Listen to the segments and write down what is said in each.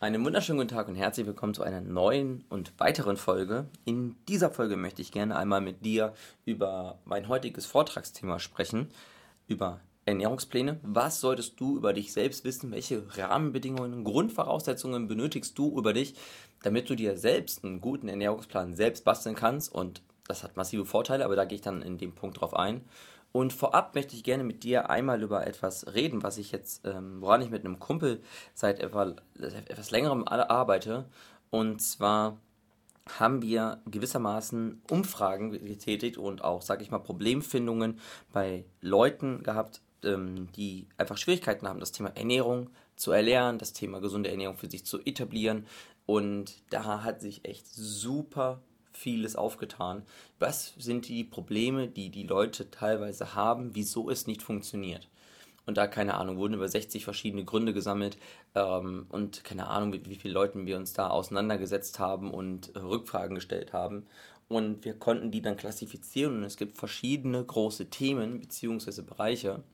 Einen wunderschönen guten Tag und herzlich willkommen zu einer neuen und weiteren Folge. In dieser Folge möchte ich gerne einmal mit dir über mein heutiges Vortragsthema sprechen, über Ernährungspläne. Was solltest du über dich selbst wissen? Welche Rahmenbedingungen, Grundvoraussetzungen benötigst du über dich, damit du dir selbst einen guten Ernährungsplan selbst basteln kannst? Und das hat massive Vorteile, aber da gehe ich dann in dem Punkt drauf ein. Und vorab möchte ich gerne mit dir einmal über etwas reden, was ich jetzt, woran ich mit einem Kumpel seit etwas längerem arbeite. Und zwar haben wir gewissermaßen Umfragen getätigt und auch, sage ich mal, Problemfindungen bei Leuten gehabt, die einfach Schwierigkeiten haben, das Thema Ernährung zu erlernen, das Thema gesunde Ernährung für sich zu etablieren. Und da hat sich echt super vieles aufgetan. Was sind die Probleme, die die Leute teilweise haben, wieso es nicht funktioniert? Und da, keine Ahnung, wurden über 60 verschiedene Gründe gesammelt und keine Ahnung, mit wie vielen Leuten wir uns da auseinandergesetzt haben und Rückfragen gestellt haben. Und wir konnten die dann klassifizieren und es gibt verschiedene große Themen bzw. Bereiche,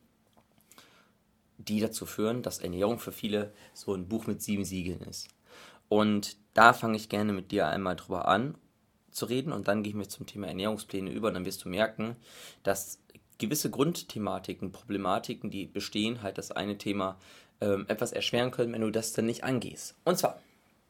die dazu führen, dass Ernährung für viele so ein Buch mit 7 Siegeln ist. Und da fange ich gerne mit dir einmal drüber an zu reden und dann gehen wir zum Thema Ernährungspläne über und dann wirst du merken, dass gewisse Grundthematiken, Problematiken, die bestehen, halt das eine Thema etwas erschweren können, wenn du das dann nicht angehst. Und zwar,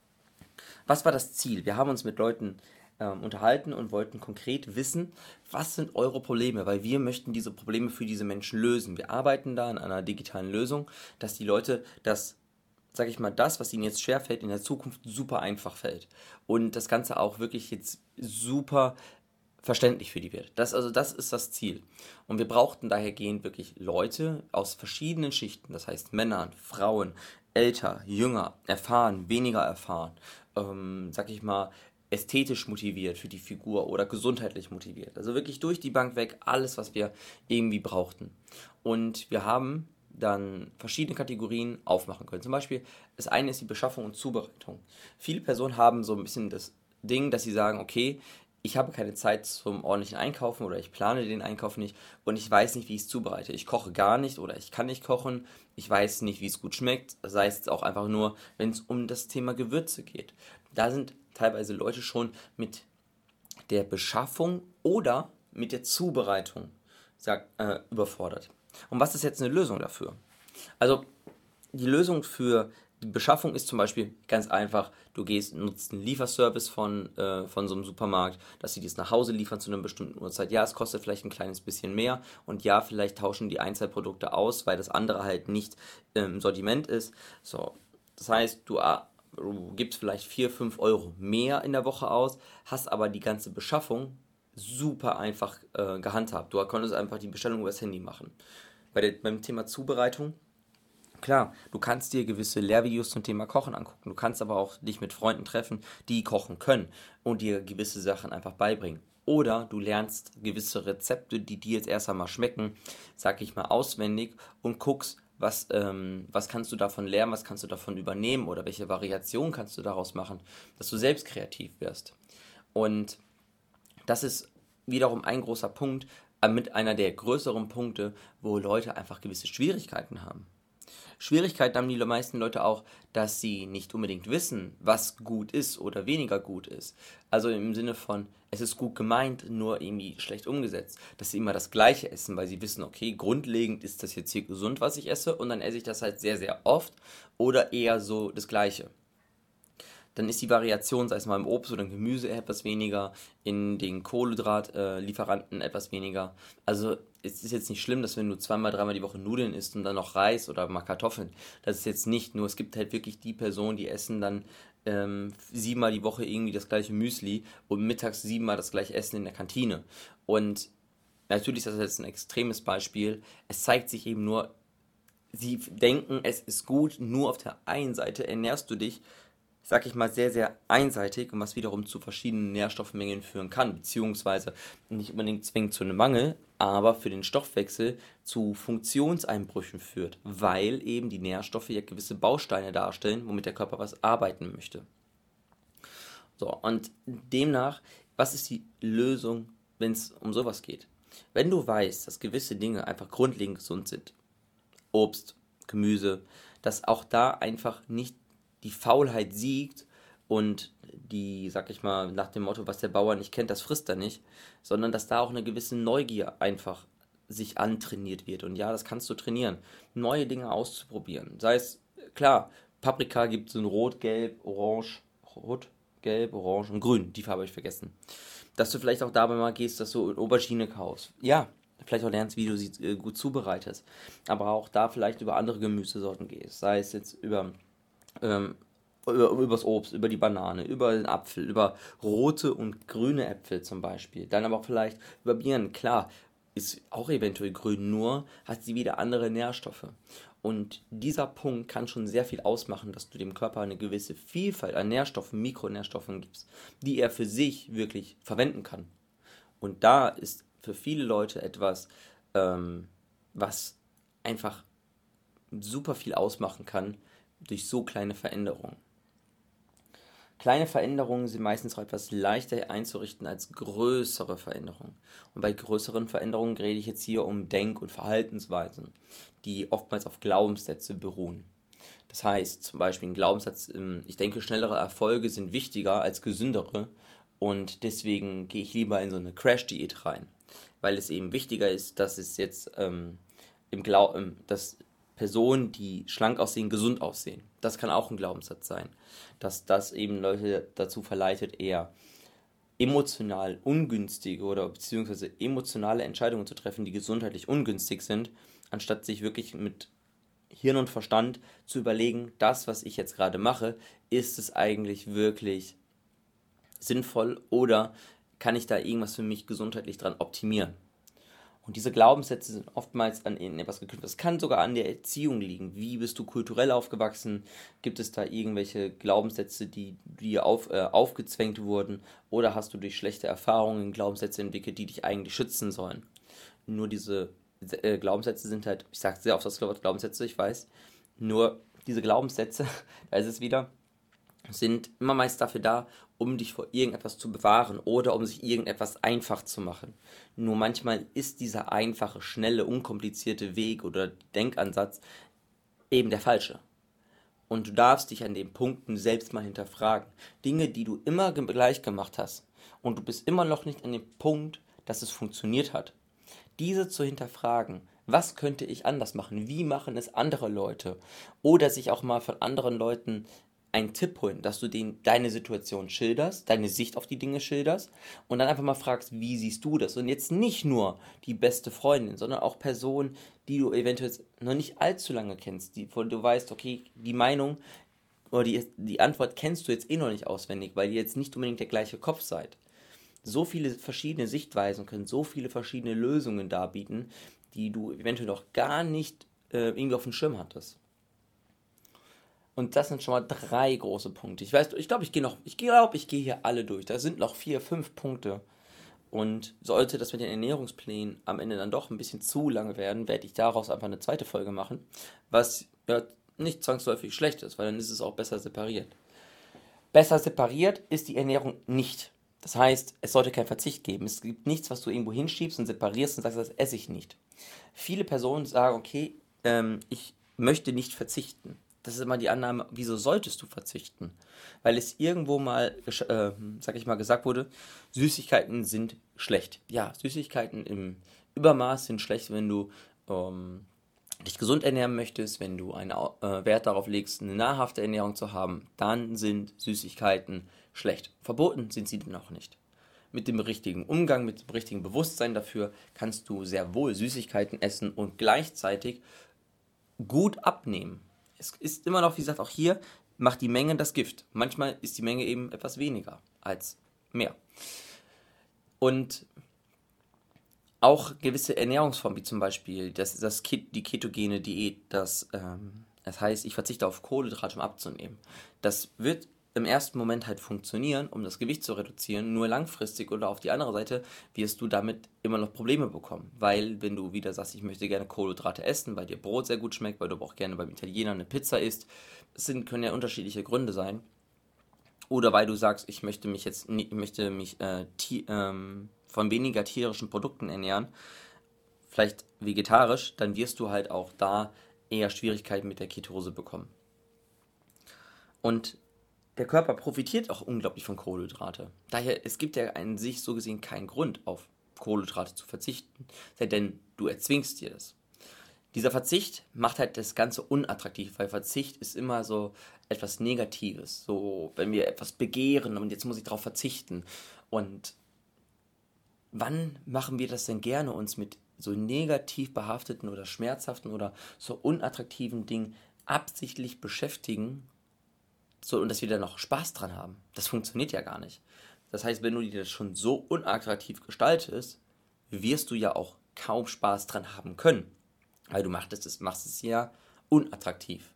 was war das Ziel? Wir haben uns mit Leuten unterhalten und wollten konkret wissen, was sind eure Probleme, weil wir möchten diese Probleme für diese Menschen lösen. Wir arbeiten da an einer digitalen Lösung, dass die Leute das, sage ich mal, das, was ihnen jetzt schwerfällt, in der Zukunft super einfach fällt. Und das Ganze auch wirklich jetzt super verständlich für die wird. Das ist das Ziel. Und wir brauchten dahergehend wirklich Leute aus verschiedenen Schichten, das heißt Männer, Frauen, älter, jünger, erfahren, weniger erfahren, sag ich mal, ästhetisch motiviert für die Figur oder gesundheitlich motiviert. Also wirklich durch die Bank weg alles, was wir irgendwie brauchten. Und wir haben dann verschiedene Kategorien aufmachen können. Zum Beispiel, das eine ist die Beschaffung und Zubereitung. Viele Personen haben so ein bisschen das Ding, dass sie sagen, okay, ich habe keine Zeit zum ordentlichen Einkaufen oder ich plane den Einkauf nicht und ich weiß nicht, wie ich es zubereite. Ich koche gar nicht oder ich kann nicht kochen. Ich weiß nicht, wie es gut schmeckt. Sei es auch einfach nur, wenn es um das Thema Gewürze geht. Da sind teilweise Leute schon mit der Beschaffung oder mit der Zubereitung überfordert. Und was ist jetzt eine Lösung dafür? Also die Lösung für die Beschaffung ist zum Beispiel ganz einfach, du nutzt einen Lieferservice von so einem Supermarkt, dass sie das nach Hause liefern zu einer bestimmten Uhrzeit. Ja, es kostet vielleicht ein kleines bisschen mehr und ja, vielleicht tauschen die Einzelprodukte aus, weil das andere halt nicht im Sortiment ist. So, das heißt, du gibst vielleicht 4, 5 Euro mehr in der Woche aus, hast aber die ganze Beschaffung super einfach gehandhabt. Du konntest einfach die Bestellung über das Handy machen. Beim Thema Zubereitung, klar, du kannst dir gewisse Lehrvideos zum Thema Kochen angucken. Du kannst aber auch dich mit Freunden treffen, die kochen können und dir gewisse Sachen einfach beibringen. Oder du lernst gewisse Rezepte, die dir jetzt erst einmal schmecken, sag ich mal, auswendig und guckst, was kannst du davon lernen, was kannst du davon übernehmen oder welche Variation kannst du daraus machen, dass du selbst kreativ wirst. Und das ist wiederum ein großer Punkt, mit einer der größeren Punkte, wo Leute einfach gewisse Schwierigkeiten haben. Schwierigkeiten haben die meisten Leute auch, dass sie nicht unbedingt wissen, was gut ist oder weniger gut ist. Also im Sinne von, es ist gut gemeint, nur irgendwie schlecht umgesetzt. Dass sie immer das Gleiche essen, weil sie wissen, okay, grundlegend ist das jetzt hier gesund, was ich esse, und dann esse ich das halt sehr, sehr oft oder eher so das Gleiche. Dann ist die Variation, sei es mal im Obst oder im Gemüse etwas weniger, in den Kohlenhydratlieferanten etwas weniger. Also es ist jetzt nicht schlimm, dass wenn du zweimal, dreimal die Woche Nudeln isst und dann noch Reis oder mal Kartoffeln, das ist jetzt nicht, nur es gibt halt wirklich die Personen, die essen dann 7-mal die Woche irgendwie das gleiche Müsli und mittags 7-mal das gleiche Essen in der Kantine. Und natürlich ist das jetzt ein extremes Beispiel. Es zeigt sich eben nur, sie denken, es ist gut, nur auf der einen Seite ernährst du dich, sag ich mal, sehr, sehr einseitig und was wiederum zu verschiedenen Nährstoffmengen führen kann, beziehungsweise nicht unbedingt zwingend zu einem Mangel, aber für den Stoffwechsel zu Funktionseinbrüchen führt, weil eben die Nährstoffe ja gewisse Bausteine darstellen, womit der Körper was arbeiten möchte. So, und demnach, was ist die Lösung, wenn es um sowas geht? Wenn du weißt, dass gewisse Dinge einfach grundlegend gesund sind, Obst, Gemüse, dass auch da einfach nicht die Faulheit siegt und die, sag ich mal, nach dem Motto, was der Bauer nicht kennt, das frisst er nicht, sondern dass da auch eine gewisse Neugier einfach sich antrainiert wird. Und ja, das kannst du trainieren, neue Dinge auszuprobieren. Sei es, klar, Paprika gibt es in Rot, Gelb, Orange, Rot, Gelb, Orange und Grün, die Farbe habe ich vergessen. Dass du vielleicht auch dabei mal gehst, dass du eine Aubergine kaufst. Ja, vielleicht auch lernst, wie du sie gut zubereitest. Aber auch da vielleicht über andere Gemüsesorten gehst. Sei es jetzt ähm, übers Obst, über die Banane, über den Apfel, über rote und grüne Äpfel zum Beispiel. Dann aber auch vielleicht über Birnen. Klar, ist auch eventuell grün, nur hat sie wieder andere Nährstoffe. Und dieser Punkt kann schon sehr viel ausmachen, dass du dem Körper eine gewisse Vielfalt an Nährstoffen, Mikronährstoffen gibst, die er für sich wirklich verwenden kann. Und da ist für viele Leute etwas, was einfach super viel ausmachen kann durch so kleine Veränderungen. Kleine Veränderungen sind meistens auch etwas leichter einzurichten als größere Veränderungen. Und bei größeren Veränderungen rede ich jetzt hier um Denk- und Verhaltensweisen, die oftmals auf Glaubenssätze beruhen. Das heißt, zum Beispiel ein Glaubenssatz, ich denke, schnellere Erfolge sind wichtiger als gesündere und deswegen gehe ich lieber in so eine Crash-Diät rein, weil es eben wichtiger ist, dass es jetzt dass Personen, die schlank aussehen, gesund aussehen. Das kann auch ein Glaubenssatz sein, dass das eben Leute dazu verleitet, eher emotional ungünstige oder beziehungsweise emotionale Entscheidungen zu treffen, die gesundheitlich ungünstig sind, anstatt sich wirklich mit Hirn und Verstand zu überlegen, das, was ich jetzt gerade mache, ist es eigentlich wirklich sinnvoll oder kann ich da irgendwas für mich gesundheitlich dran optimieren? Und diese Glaubenssätze sind oftmals an etwas geknüpft. Das kann sogar an der Erziehung liegen. Wie bist du kulturell aufgewachsen? Gibt es da irgendwelche Glaubenssätze, die dir aufgezwängt wurden? Oder hast du durch schlechte Erfahrungen Glaubenssätze entwickelt, die dich eigentlich schützen sollen? Nur diese Glaubenssätze sind halt, ich sage sehr oft das Wort Glaubenssätze, ich weiß, nur diese Glaubenssätze, da ist es wieder, sind immer meist dafür da, um dich vor irgendetwas zu bewahren oder um sich irgendetwas einfach zu machen. Nur manchmal ist dieser einfache, schnelle, unkomplizierte Weg oder Denkansatz eben der falsche. Und du darfst dich an den Punkten selbst mal hinterfragen. Dinge, die du immer gleich gemacht hast und du bist immer noch nicht an dem Punkt, dass es funktioniert hat. Diese zu hinterfragen, was könnte ich anders machen? Wie machen es andere Leute? Oder sich auch mal von anderen Leuten einen Tipp holen, dass du denen deine Situation schilderst, deine Sicht auf die Dinge schilderst und dann einfach mal fragst, wie siehst du das? Und jetzt nicht nur die beste Freundin, sondern auch Personen, die du eventuell noch nicht allzu lange kennst, von du weißt, okay, die Meinung oder die Antwort kennst du jetzt eh noch nicht auswendig, weil ihr jetzt nicht unbedingt der gleiche Kopf seid. So viele verschiedene Sichtweisen können so viele verschiedene Lösungen darbieten, die du eventuell noch gar nicht irgendwie auf dem Schirm hattest. Und das sind schon mal 3 große Punkte. Ich glaube, ich gehe hier alle durch. Da sind noch 4, 5 Punkte. Und sollte das mit den Ernährungsplänen am Ende dann doch ein bisschen zu lange werden, werde ich daraus einfach eine zweite Folge machen, was ja nicht zwangsläufig schlecht ist, weil dann ist es auch besser separiert. Besser separiert ist die Ernährung nicht. Das heißt, es sollte keinen Verzicht geben. Es gibt nichts, was du irgendwo hinschiebst und separierst und sagst, das esse ich nicht. Viele Personen sagen, okay, ich möchte nicht verzichten. Das ist immer die Annahme, wieso solltest du verzichten? Weil es irgendwo mal, sag ich mal, gesagt wurde, Süßigkeiten sind schlecht. Ja, Süßigkeiten im Übermaß sind schlecht, wenn du dich gesund ernähren möchtest, wenn du einen Wert darauf legst, eine nahrhafte Ernährung zu haben, dann sind Süßigkeiten schlecht. Verboten sind sie dennoch nicht. Mit dem richtigen Umgang, mit dem richtigen Bewusstsein dafür kannst du sehr wohl Süßigkeiten essen und gleichzeitig gut abnehmen. Es ist immer noch, wie gesagt, auch hier macht die Menge das Gift. Manchmal ist die Menge eben etwas weniger als mehr. Und auch gewisse Ernährungsformen, wie zum Beispiel die ketogene Diät, das heißt, ich verzichte auf Kohlenhydrate, um abzunehmen. Das wird im ersten Moment halt funktionieren, um das Gewicht zu reduzieren, nur langfristig oder auf die andere Seite wirst du damit immer noch Probleme bekommen, weil wenn du wieder sagst, ich möchte gerne Kohlenhydrate essen, weil dir Brot sehr gut schmeckt, weil du aber auch gerne beim Italiener eine Pizza isst, können ja unterschiedliche Gründe sein, oder weil du sagst, ich möchte mich von weniger tierischen Produkten ernähren, vielleicht vegetarisch, dann wirst du halt auch da eher Schwierigkeiten mit der Ketose bekommen. Und der Körper profitiert auch unglaublich von Kohlenhydrate. Daher, es gibt ja an sich so gesehen keinen Grund, auf Kohlenhydrate zu verzichten, sei denn du erzwingst dir das. Dieser Verzicht macht halt das Ganze unattraktiv, weil Verzicht ist immer so etwas Negatives. So, wenn wir etwas begehren und jetzt muss ich darauf verzichten. Und wann machen wir das denn gerne, uns mit so negativ behafteten oder schmerzhaften oder so unattraktiven Dingen absichtlich beschäftigen, so, und dass wir da noch Spaß dran haben? Das funktioniert ja gar nicht. Das heißt, wenn du dir das schon so unattraktiv gestaltest, wirst du ja auch kaum Spaß dran haben können. Weil du machst es ja unattraktiv.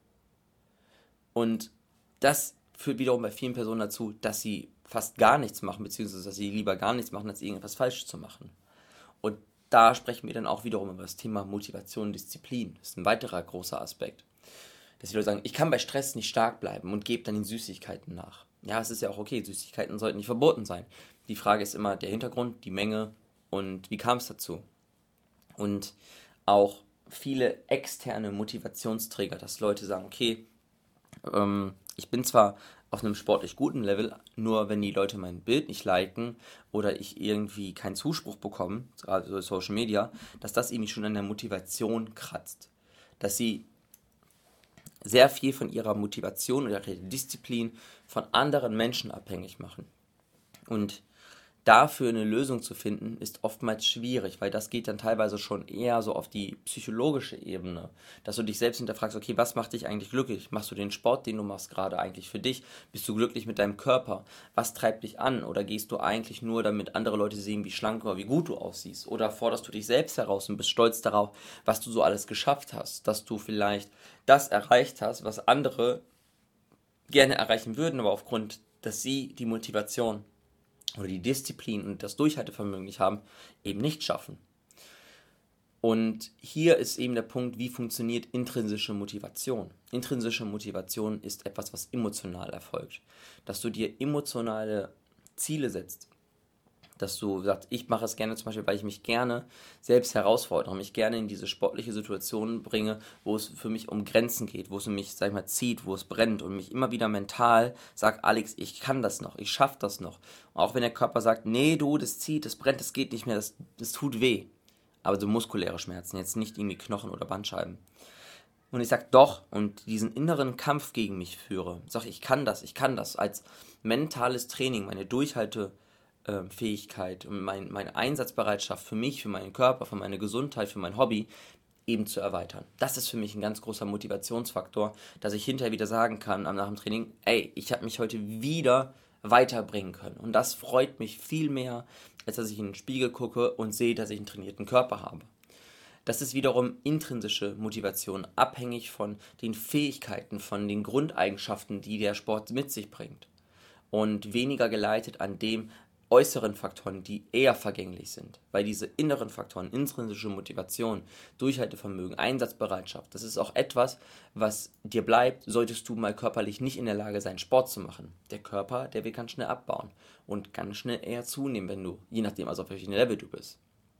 Und das führt wiederum bei vielen Personen dazu, dass sie fast gar nichts machen, beziehungsweise dass sie lieber gar nichts machen, als irgendetwas falsch zu machen. Und da sprechen wir dann auch wiederum über das Thema Motivation und Disziplin. Das ist ein weiterer großer Aspekt. Dass die Leute sagen, ich kann bei Stress nicht stark bleiben und gebe dann den Süßigkeiten nach. Ja, es ist ja auch okay, Süßigkeiten sollten nicht verboten sein. Die Frage ist immer der Hintergrund, die Menge und wie kam es dazu. Und auch viele externe Motivationsträger, dass Leute sagen, okay, ich bin zwar auf einem sportlich guten Level, nur wenn die Leute mein Bild nicht liken oder ich irgendwie keinen Zuspruch bekomme, gerade so Social Media, dass das irgendwie schon an der Motivation kratzt. Dass sie sehr viel von ihrer Motivation oder ihrer Disziplin von anderen Menschen abhängig machen. Und dafür eine Lösung zu finden, ist oftmals schwierig, weil das geht dann teilweise schon eher so auf die psychologische Ebene, dass du dich selbst hinterfragst, okay, was macht dich eigentlich glücklich? Machst du den Sport, den du machst, gerade eigentlich für dich? Bist du glücklich mit deinem Körper? Was treibt dich an? Oder gehst du eigentlich nur, damit andere Leute sehen, wie schlank oder wie gut du aussiehst? Oder forderst du dich selbst heraus und bist stolz darauf, was du so alles geschafft hast? Dass du vielleicht das erreicht hast, was andere gerne erreichen würden, aber aufgrund, dass sie die Motivation oder die Disziplin und das Durchhaltevermögen nicht haben, eben nicht schaffen. Und hier ist eben der Punkt, wie funktioniert intrinsische Motivation. Intrinsische Motivation ist etwas, was emotional erfolgt. Dass du dir emotionale Ziele setzt. Dass du sagst, ich mache es gerne zum Beispiel, weil ich mich gerne selbst herausfordere, mich gerne in diese sportliche Situation bringe, wo es für mich um Grenzen geht, wo es mich, sag ich mal, zieht, wo es brennt und mich immer wieder mental sagt, Alex, ich kann das noch, ich schaffe das noch. Und auch wenn der Körper sagt, nee, du, das zieht, das brennt, das geht nicht mehr, das tut weh. Aber so muskuläre Schmerzen, jetzt nicht irgendwie Knochen oder Bandscheiben. Und ich sage doch und diesen inneren Kampf gegen mich führe, sage, ich kann das als mentales Training, meine Durchhaltefähigkeit und meine Einsatzbereitschaft für mich, für meinen Körper, für meine Gesundheit, für mein Hobby eben zu erweitern. Das ist für mich ein ganz großer Motivationsfaktor, dass ich hinterher wieder sagen kann nach dem Training, ey, ich habe mich heute wieder weiterbringen können. Und das freut mich viel mehr, als dass ich in den Spiegel gucke und sehe, dass ich einen trainierten Körper habe. Das ist wiederum intrinsische Motivation, abhängig von den Fähigkeiten, von den Grundeigenschaften, die der Sport mit sich bringt. Und weniger geleitet an dem äußeren Faktoren, die eher vergänglich sind. Weil diese inneren Faktoren, intrinsische Motivation, Durchhaltevermögen, Einsatzbereitschaft, das ist auch etwas, was dir bleibt, solltest du mal körperlich nicht in der Lage sein, Sport zu machen. Der Körper, der will ganz schnell abbauen und ganz schnell eher zunehmen, wenn du, je nachdem, also auf welchem Level du bist.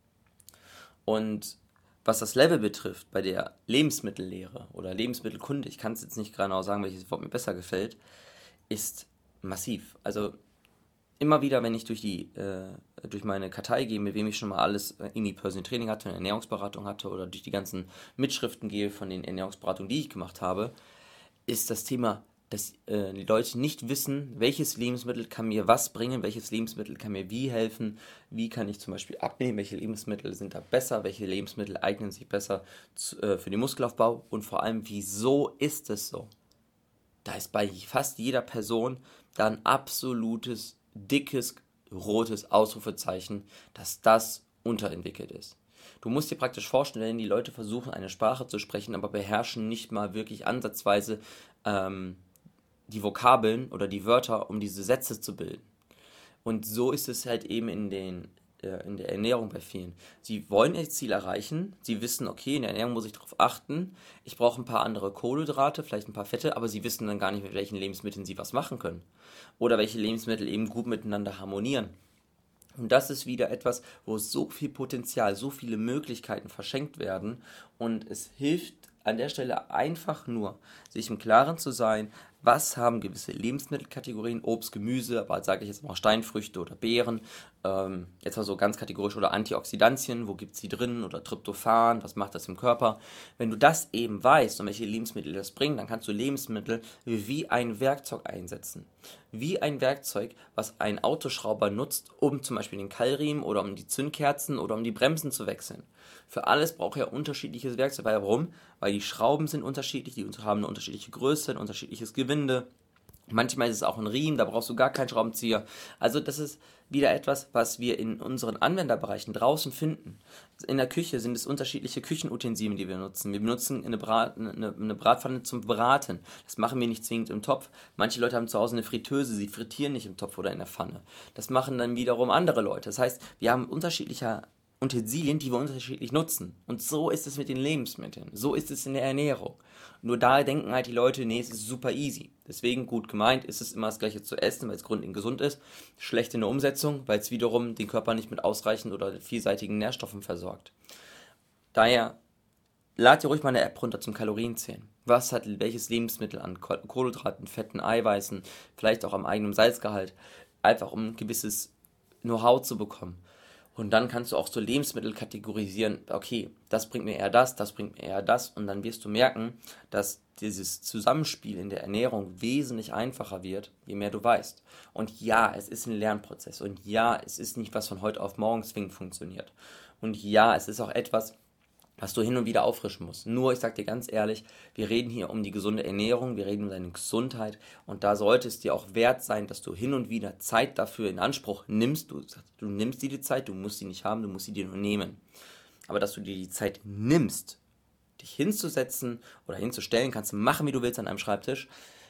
Und was das Level betrifft, bei der Lebensmittellehre oder Lebensmittelkunde, ich kann es jetzt nicht genau sagen, welches Wort mir besser gefällt, ist massiv. Also immer wieder, wenn ich durch meine Kartei gehe, mit wem ich schon mal alles irgendwie Personal Training hatte, eine Ernährungsberatung hatte oder durch die ganzen Mitschriften gehe von den Ernährungsberatungen, die ich gemacht habe, ist das Thema, dass die Leute nicht wissen, welches Lebensmittel kann mir was bringen, welches Lebensmittel kann mir wie helfen, wie kann ich zum Beispiel abnehmen, welche Lebensmittel sind da besser, welche Lebensmittel eignen sich besser für den Muskelaufbau und vor allem, wieso ist es so? Da ist bei fast jeder Person da ein absolutes, dickes, rotes Ausrufezeichen, dass das unterentwickelt ist. Du musst dir praktisch vorstellen, die Leute versuchen eine Sprache zu sprechen, aber beherrschen nicht mal wirklich ansatzweise die Vokabeln oder die Wörter, um diese Sätze zu bilden. Und so ist es halt eben in der Ernährung bei vielen. Sie wollen ihr Ziel erreichen, sie wissen, okay, in der Ernährung muss ich darauf achten, ich brauche ein paar andere Kohlenhydrate, vielleicht ein paar Fette, aber sie wissen dann gar nicht, mit welchen Lebensmitteln sie was machen können. Oder welche Lebensmittel eben gut miteinander harmonieren. Und das ist wieder etwas, wo so viel Potenzial, so viele Möglichkeiten verschenkt werden und es hilft an der Stelle einfach nur, sich im Klaren zu sein, Was haben gewisse Lebensmittelkategorien, Obst, Gemüse, aber sage ich jetzt mal Steinfrüchte oder Beeren, jetzt mal so ganz kategorisch, oder Antioxidantien, wo gibt es die drin, oder Tryptophan, was macht das im Körper? Wenn du das eben weißt und welche Lebensmittel das bringen, dann kannst du Lebensmittel wie ein Werkzeug einsetzen. Wie ein Werkzeug, was ein Autoschrauber nutzt, um zum Beispiel den Keilriemen oder um die Zündkerzen oder um die Bremsen zu wechseln. Für alles braucht er unterschiedliches Werkzeug. Warum? Weil die Schrauben sind unterschiedlich, die haben eine unterschiedliche Größe, ein unterschiedliches Gewinde. Manchmal ist es auch ein Riemen, da brauchst du gar keinen Schraubenzieher. Also das ist wieder etwas, was wir in unseren Anwenderbereichen draußen finden. In der Küche sind es unterschiedliche Küchenutensilien, die wir nutzen. Wir benutzen eine Bratpfanne zum Braten. Das machen wir nicht zwingend im Topf. Manche Leute haben zu Hause eine Fritteuse, sie frittieren nicht im Topf oder in der Pfanne. Das machen dann wiederum andere Leute. Das heißt, wir haben unterschiedliche Utensilien, die wir unterschiedlich nutzen. Und so ist es mit den Lebensmitteln. So ist es in der Ernährung. Nur da denken halt die Leute, nee, es ist super easy. Deswegen, gut gemeint, ist es immer das Gleiche zu essen, weil es grundlegend gesund ist. Schlecht in der Umsetzung, weil es wiederum den Körper nicht mit ausreichend oder vielseitigen Nährstoffen versorgt. Daher, lad dir ruhig mal eine App runter zum Kalorienzählen. Was hat welches Lebensmittel an Kohlenhydraten, Fetten, Eiweißen, vielleicht auch am eigenen Salzgehalt. Einfach um ein gewisses Know-how zu bekommen. Und dann kannst du auch so Lebensmittel kategorisieren, okay, das bringt mir eher das bringt mir eher das. Und dann wirst du merken, dass dieses Zusammenspiel in der Ernährung wesentlich einfacher wird, je mehr du weißt. Und ja, es ist ein Lernprozess. Und ja, es ist nicht, was von heute auf morgen zwingend funktioniert. Und ja, es ist auch etwas, was du hin und wieder auffrischen musst. Nur, ich sag dir ganz ehrlich, wir reden hier um die gesunde Ernährung, wir reden um deine Gesundheit und da sollte es dir auch wert sein, dass du hin und wieder Zeit dafür in Anspruch nimmst. Du nimmst dir die Zeit, du musst sie nicht haben, du musst sie dir nur nehmen. Aber dass du dir die Zeit nimmst, dich hinzusetzen oder hinzustellen, kannst du machen, wie du willst an einem Schreibtisch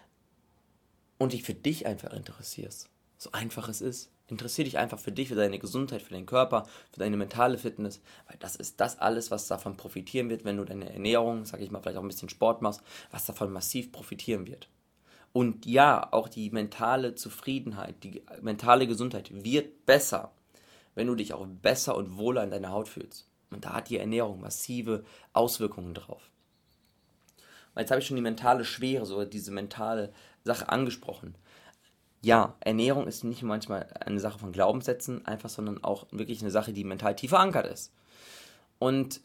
und dich für dich einfach interessierst. So einfach es ist. Interessier dich einfach für dich, für deine Gesundheit, für deinen Körper, für deine mentale Fitness, weil das ist das alles, was davon profitieren wird, wenn du deine Ernährung, sag ich mal, vielleicht auch ein bisschen Sport machst, was davon massiv profitieren wird. Und ja, auch die mentale Zufriedenheit, die mentale Gesundheit wird besser, wenn du dich auch besser und wohler in deiner Haut fühlst. Und da hat die Ernährung massive Auswirkungen drauf. Weil jetzt habe ich schon die mentale Schwere, so diese mentale Sache angesprochen. Ja, Ernährung ist nicht manchmal eine Sache von Glaubenssätzen, einfach, sondern auch wirklich eine Sache, die mental tief verankert ist. Und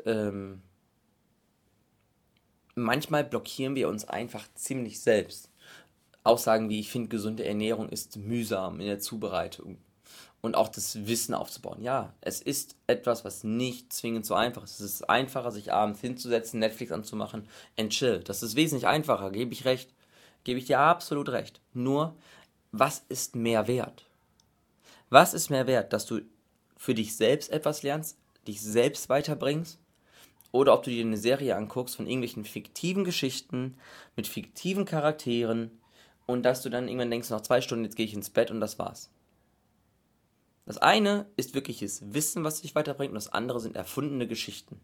manchmal blockieren wir uns einfach ziemlich selbst. Aussagen wie, ich finde, gesunde Ernährung ist mühsam in der Zubereitung. Und auch das Wissen aufzubauen. Ja, es ist etwas, was nicht zwingend so einfach ist. Es ist einfacher, sich abends hinzusetzen, Netflix anzumachen and chill. Das ist wesentlich einfacher, gebe ich recht. Gebe ich dir absolut recht. Nur, was ist mehr wert? Was ist mehr wert, dass du für dich selbst etwas lernst, dich selbst weiterbringst? Oder ob du dir eine Serie anguckst von irgendwelchen fiktiven Geschichten mit fiktiven Charakteren und dass du dann irgendwann denkst, nach 2 Stunden, jetzt gehe ich ins Bett und das war's. Das eine ist wirkliches Wissen, was dich weiterbringt, und das andere sind erfundene Geschichten.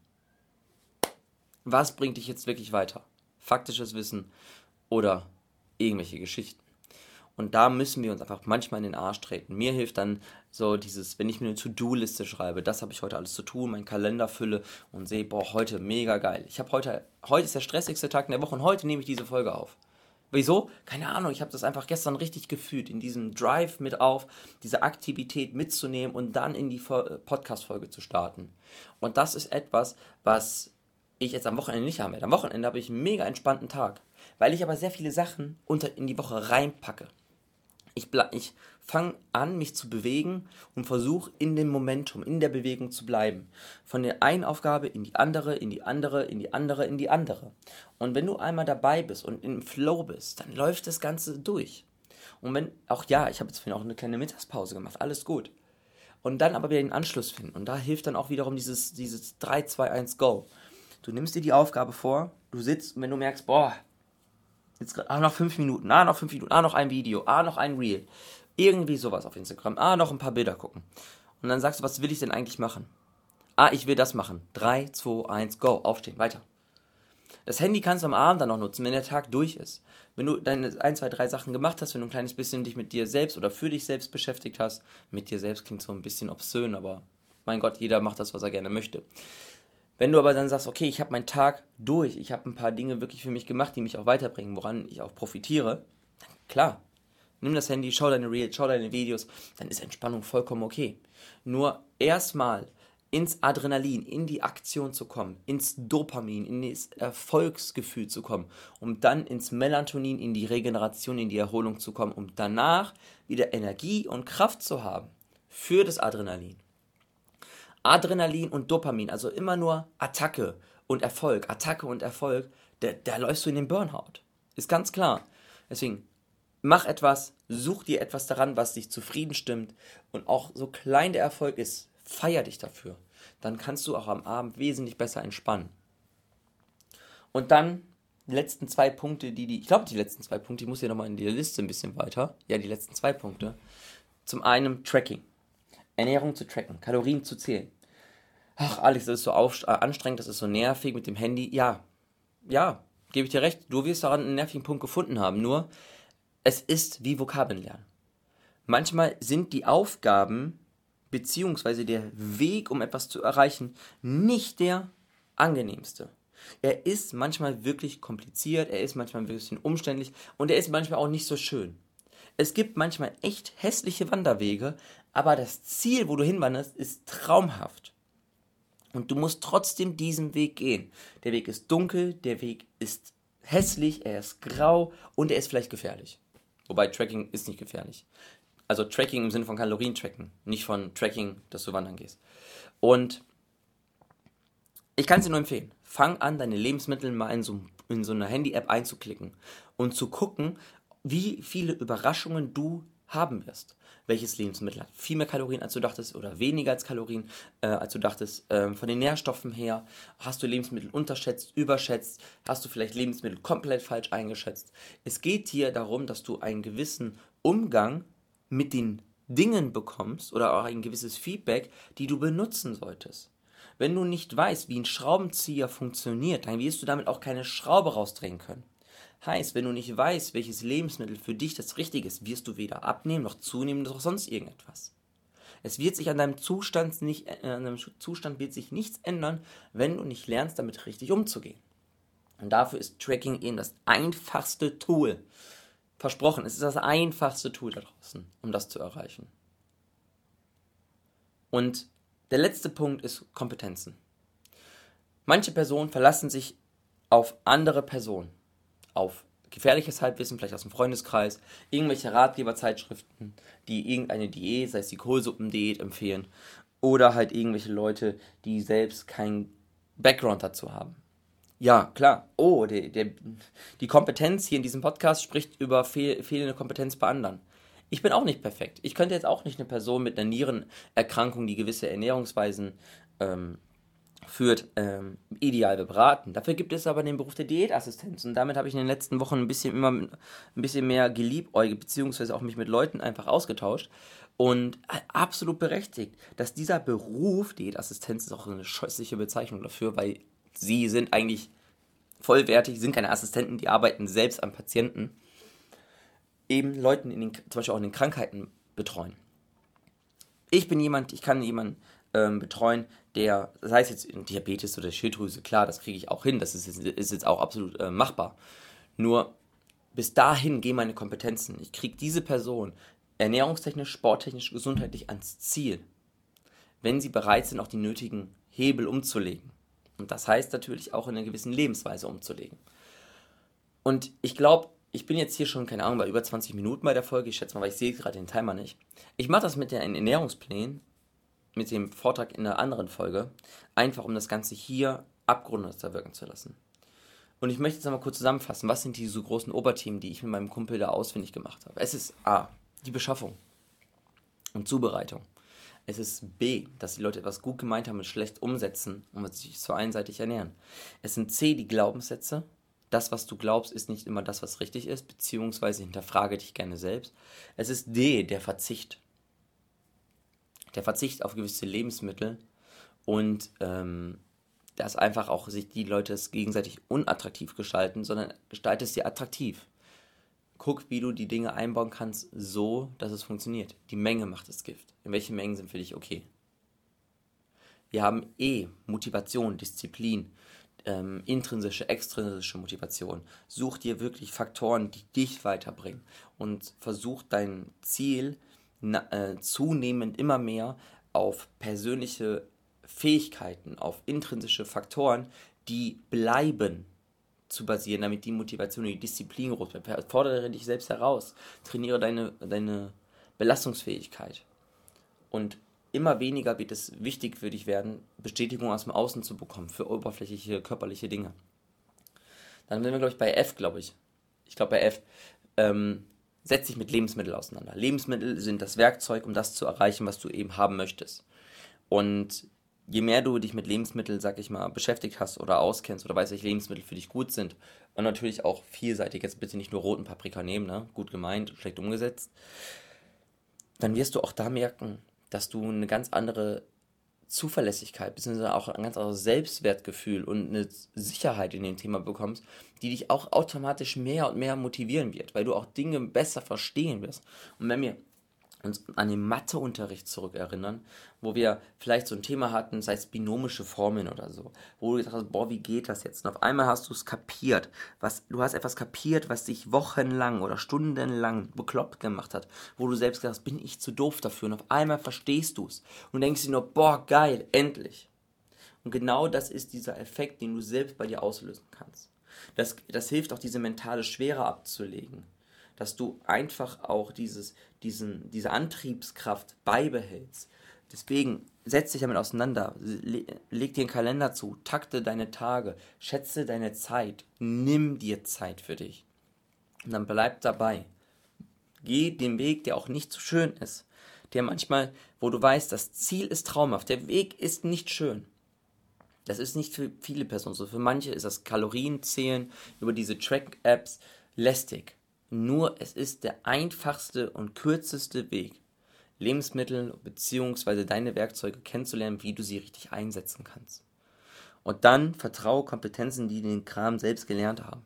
Was bringt dich jetzt wirklich weiter? Faktisches Wissen oder irgendwelche Geschichten? Und da müssen wir uns einfach manchmal in den Arsch treten. Mir hilft dann so dieses, wenn ich mir eine To-Do-Liste schreibe, das habe ich heute alles zu tun, meinen Kalender fülle und sehe, boah, heute mega geil. Heute ist der stressigste Tag in der Woche und heute nehme ich diese Folge auf. Wieso? Keine Ahnung, ich habe das einfach gestern richtig gefühlt, in diesem Drive mit auf, diese Aktivität mitzunehmen und dann in die Podcast-Folge zu starten. Und das ist etwas, was ich jetzt am Wochenende nicht haben werde. Am Wochenende habe ich einen mega entspannten Tag, weil ich aber sehr viele Sachen in die Woche reinpacke. Ich fange an, mich zu bewegen und versuche in dem Momentum, in der Bewegung zu bleiben. Von der einen Aufgabe in die andere, in die andere, in die andere, in die andere. Und wenn du einmal dabei bist und im Flow bist, dann läuft das Ganze durch. Und ich habe jetzt vorhin auch eine kleine Mittagspause gemacht, alles gut. Und dann aber wieder den Anschluss finden. Und da hilft dann auch wiederum dieses 3, 2, 1, Go. Du nimmst dir die Aufgabe vor, du sitzt und wenn du merkst, boah, jetzt noch 5 Minuten, noch 5 Minuten, noch ein Video, noch ein Reel. Irgendwie sowas auf Instagram, noch ein paar Bilder gucken. Und dann sagst du, was will ich denn eigentlich machen? Ich will das machen. 3, 2, 1, go, aufstehen, weiter. Das Handy kannst du am Abend dann noch nutzen, wenn der Tag durch ist. Wenn du deine 1, 2, 3 Sachen gemacht hast, wenn du ein kleines bisschen dich mit dir selbst oder für dich selbst beschäftigt hast. Mit dir selbst klingt so ein bisschen obszön, aber mein Gott, jeder macht das, was er gerne möchte. Wenn du aber dann sagst, okay, ich habe meinen Tag durch, ich habe ein paar Dinge wirklich für mich gemacht, die mich auch weiterbringen, woran ich auch profitiere, klar. Nimm das Handy, schau deine Reels, schau deine Videos, dann ist Entspannung vollkommen okay. Nur erstmal ins Adrenalin, in die Aktion zu kommen, ins Dopamin, in das Erfolgsgefühl zu kommen, um dann ins Melatonin, in die Regeneration, in die Erholung zu kommen, um danach wieder Energie und Kraft zu haben für das Adrenalin. Adrenalin und Dopamin, also immer nur Attacke und Erfolg, da läufst du in den Burnout. Ist ganz klar. Deswegen, mach etwas, such dir etwas daran, was dich zufrieden stimmt und auch so klein der Erfolg ist, feier dich dafür. Dann kannst du auch am Abend wesentlich besser entspannen. Und dann die letzten 2 Punkte, ich glaube die letzten 2 Punkte, ich muss hier nochmal in die Liste ein bisschen weiter. Ja, die letzten 2 Punkte. Zum einen Tracking. Ernährung zu tracken, Kalorien zu zählen. Ach, Alex, das ist so anstrengend, das ist so nervig mit dem Handy. Ja, gebe ich dir recht. Du wirst daran einen nervigen Punkt gefunden haben. Nur, es ist wie Vokabeln lernen. Manchmal sind die Aufgaben beziehungsweise der Weg, um etwas zu erreichen, nicht der angenehmste. Er ist manchmal wirklich kompliziert, er ist manchmal ein bisschen umständlich und er ist manchmal auch nicht so schön. Es gibt manchmal echt hässliche Wanderwege, aber das Ziel, wo du hinwanderst, ist traumhaft. Und du musst trotzdem diesen Weg gehen. Der Weg ist dunkel, der Weg ist hässlich, er ist grau und er ist vielleicht gefährlich. Wobei Tracking ist nicht gefährlich. Also Tracking im Sinne von Kalorien tracken, nicht von Tracking, dass du wandern gehst. Und ich kann es dir nur empfehlen. Fang an, deine Lebensmittel mal in so eine Handy-App einzuklicken und zu gucken, wie viele Überraschungen du haben wirst. Welches Lebensmittel hat viel mehr Kalorien, als du dachtest, oder weniger als Kalorien, als du dachtest. Von den Nährstoffen her, hast du Lebensmittel unterschätzt, überschätzt, hast du vielleicht Lebensmittel komplett falsch eingeschätzt. Es geht hier darum, dass du einen gewissen Umgang mit den Dingen bekommst oder auch ein gewisses Feedback, die du benutzen solltest. Wenn du nicht weißt, wie ein Schraubenzieher funktioniert, dann wirst du damit auch keine Schraube rausdrehen können. Heißt, wenn du nicht weißt, welches Lebensmittel für dich das Richtige ist, wirst du weder abnehmen noch zunehmen noch sonst irgendetwas. Es wird sich an deinem Zustand wird sich nichts ändern, wenn du nicht lernst, damit richtig umzugehen. Und dafür ist Tracking eben das einfachste Tool. Versprochen, es ist das einfachste Tool da draußen, um das zu erreichen. Und der letzte Punkt ist Kompetenzen. Manche Personen verlassen sich auf andere Personen, auf gefährliches Halbwissen, vielleicht aus dem Freundeskreis, irgendwelche Ratgeberzeitschriften, die irgendeine Diät, sei es die Kohlsuppendiät, empfehlen, oder halt irgendwelche Leute, die selbst keinen Background dazu haben. Ja, klar. Oh, die Kompetenz hier in diesem Podcast spricht über fehlende Kompetenz bei anderen. Ich bin auch nicht perfekt. Ich könnte jetzt auch nicht eine Person mit einer Nierenerkrankung, die gewisse Ernährungsweisen führt, ideal beraten. Dafür gibt es aber den Beruf der Diätassistenz. Und damit habe ich in den letzten Wochen ein bisschen mehr geliebäugelt, beziehungsweise auch mich mit Leuten einfach ausgetauscht. Und absolut berechtigt, dass dieser Beruf, Diätassistenz ist auch eine scheußliche Bezeichnung dafür, weil sie sind eigentlich vollwertig, sind keine Assistenten, die arbeiten selbst am Patienten, eben Leuten zum Beispiel auch in den Krankheiten betreuen. Ich kann jemanden betreuen, der, sei es jetzt Diabetes oder Schilddrüse, klar, das kriege ich auch hin, das ist jetzt auch absolut machbar. Nur bis dahin gehen meine Kompetenzen. Ich kriege diese Person ernährungstechnisch, sporttechnisch, gesundheitlich ans Ziel, wenn sie bereit sind, auch die nötigen Hebel umzulegen. Und das heißt natürlich auch in einer gewissen Lebensweise umzulegen. Und ich glaube, ich bin jetzt hier schon, keine Ahnung, bei über 20 Minuten bei der Folge. Ich schätze mal, weil ich sehe gerade den Timer nicht. Ich mache das mit den Ernährungsplänen, mit dem Vortrag in einer anderen Folge, einfach um das Ganze hier abgerundet wirken zu lassen. Und ich möchte jetzt nochmal kurz zusammenfassen, was sind diese großen Oberthemen, die ich mit meinem Kumpel da ausfindig gemacht habe. Es ist A, die Beschaffung und Zubereitung. Es ist B, dass die Leute etwas gut gemeint haben und schlecht umsetzen und sich so einseitig ernähren. Es sind C, die Glaubenssätze. Das, was du glaubst, ist nicht immer das, was richtig ist, beziehungsweise hinterfrage dich gerne selbst. Es ist D, der Verzicht. Der Verzicht auf gewisse Lebensmittel und dass einfach auch sich die Leute es gegenseitig unattraktiv gestalten, sondern gestalte es dir attraktiv. Guck, wie du die Dinge einbauen kannst, so, dass es funktioniert. Die Menge macht das Gift. In welchen Mengen sind für dich okay? Wir haben E, Motivation, Disziplin, intrinsische, extrinsische Motivation. Such dir wirklich Faktoren, die dich weiterbringen und versuch dein Ziel zunehmend immer mehr auf persönliche Fähigkeiten, auf intrinsische Faktoren, die bleiben, zu basieren, damit die Motivation und die Disziplin groß wird. Fordere dich selbst heraus, trainiere deine Belastungsfähigkeit. Und immer weniger wird es wichtig für dich werden, Bestätigung aus dem Außen zu bekommen für oberflächliche, körperliche Dinge. Dann sind wir, glaube ich, bei F, glaube ich. Ich glaube bei F. Setz dich mit Lebensmitteln auseinander. Lebensmittel sind das Werkzeug, um das zu erreichen, was du eben haben möchtest. Und je mehr du dich mit Lebensmitteln, sag ich mal, beschäftigt hast oder auskennst oder weißt, welche Lebensmittel für dich gut sind und natürlich auch vielseitig, jetzt bitte nicht nur roten Paprika nehmen, ne? Gut gemeint, schlecht umgesetzt, dann wirst du auch da merken, dass du eine ganz andere Zuverlässigkeit, beziehungsweise auch ein ganz anderes Selbstwertgefühl und eine Sicherheit in dem Thema bekommst, die dich auch automatisch mehr und mehr motivieren wird, weil du auch Dinge besser verstehen wirst. Und wenn wir uns an den Matheunterricht zurückerinnern, wo wir vielleicht so ein Thema hatten, sei es binomische Formeln oder so, wo du gesagt hast, boah, wie geht das jetzt? Und auf einmal hast du es kapiert. Du hast etwas kapiert, was dich wochenlang oder stundenlang bekloppt gemacht hat, wo du selbst gedacht hast, bin ich zu doof dafür? Und auf einmal verstehst du es und denkst dir nur, boah, geil, endlich. Und genau das ist dieser Effekt, den du selbst bei dir auslösen kannst. Das hilft auch, diese mentale Schwere abzulegen, dass du einfach auch diese Antriebskraft beibehältst. Deswegen setz dich damit auseinander, leg dir einen Kalender zu, takte deine Tage, schätze deine Zeit, nimm dir Zeit für dich. Und dann bleib dabei. Geh den Weg, der auch nicht so schön ist, der manchmal, wo du weißt, das Ziel ist traumhaft, der Weg ist nicht schön. Das ist nicht für viele Personen so. Für manche ist das Kalorienzählen über diese Track-Apps lästig. Nur es ist der einfachste und kürzeste Weg, Lebensmittel bzw. deine Werkzeuge kennenzulernen, wie du sie richtig einsetzen kannst. Und dann vertraue Kompetenzen, die den Kram selbst gelernt haben.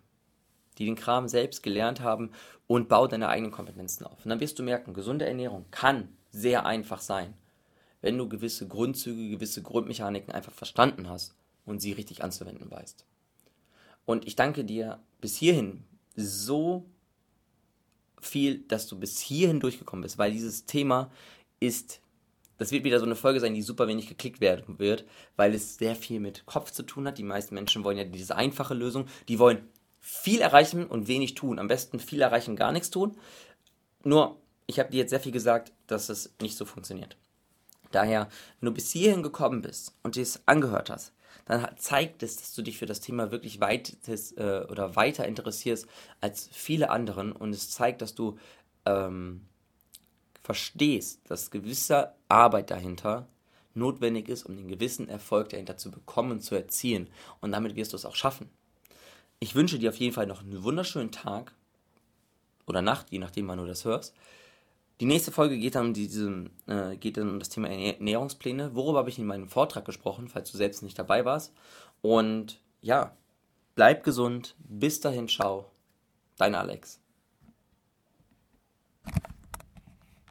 Und baue deine eigenen Kompetenzen auf. Und dann wirst du merken, gesunde Ernährung kann sehr einfach sein, wenn du gewisse Grundzüge, gewisse Grundmechaniken einfach verstanden hast und sie richtig anzuwenden weißt. Und ich danke dir bis hierhin so viel, dass du bis hierhin durchgekommen bist, weil dieses Thema das wird wieder so eine Folge sein, die super wenig geklickt werden wird, weil es sehr viel mit Kopf zu tun hat. Die meisten Menschen wollen ja diese einfache Lösung, die wollen viel erreichen und wenig tun. Am besten viel erreichen, gar nichts tun. Nur, ich habe dir jetzt sehr viel gesagt, dass es nicht so funktioniert. Daher, wenn du bis hierhin gekommen bist und dir es angehört hast, dann zeigt es, dass du dich für das Thema wirklich weiter interessierst als viele anderen, und es zeigt, dass du verstehst, dass gewisse Arbeit dahinter notwendig ist, um den gewissen Erfolg dahinter zu bekommen und zu erzielen, und damit wirst du es auch schaffen. Ich wünsche dir auf jeden Fall noch einen wunderschönen Tag oder Nacht, je nachdem, wann du das hörst. Die nächste Folge geht dann um das Thema Ernährungspläne. Worüber habe ich in meinem Vortrag gesprochen, falls du selbst nicht dabei warst. Und ja, bleib gesund. Bis dahin, ciao. Dein Alex.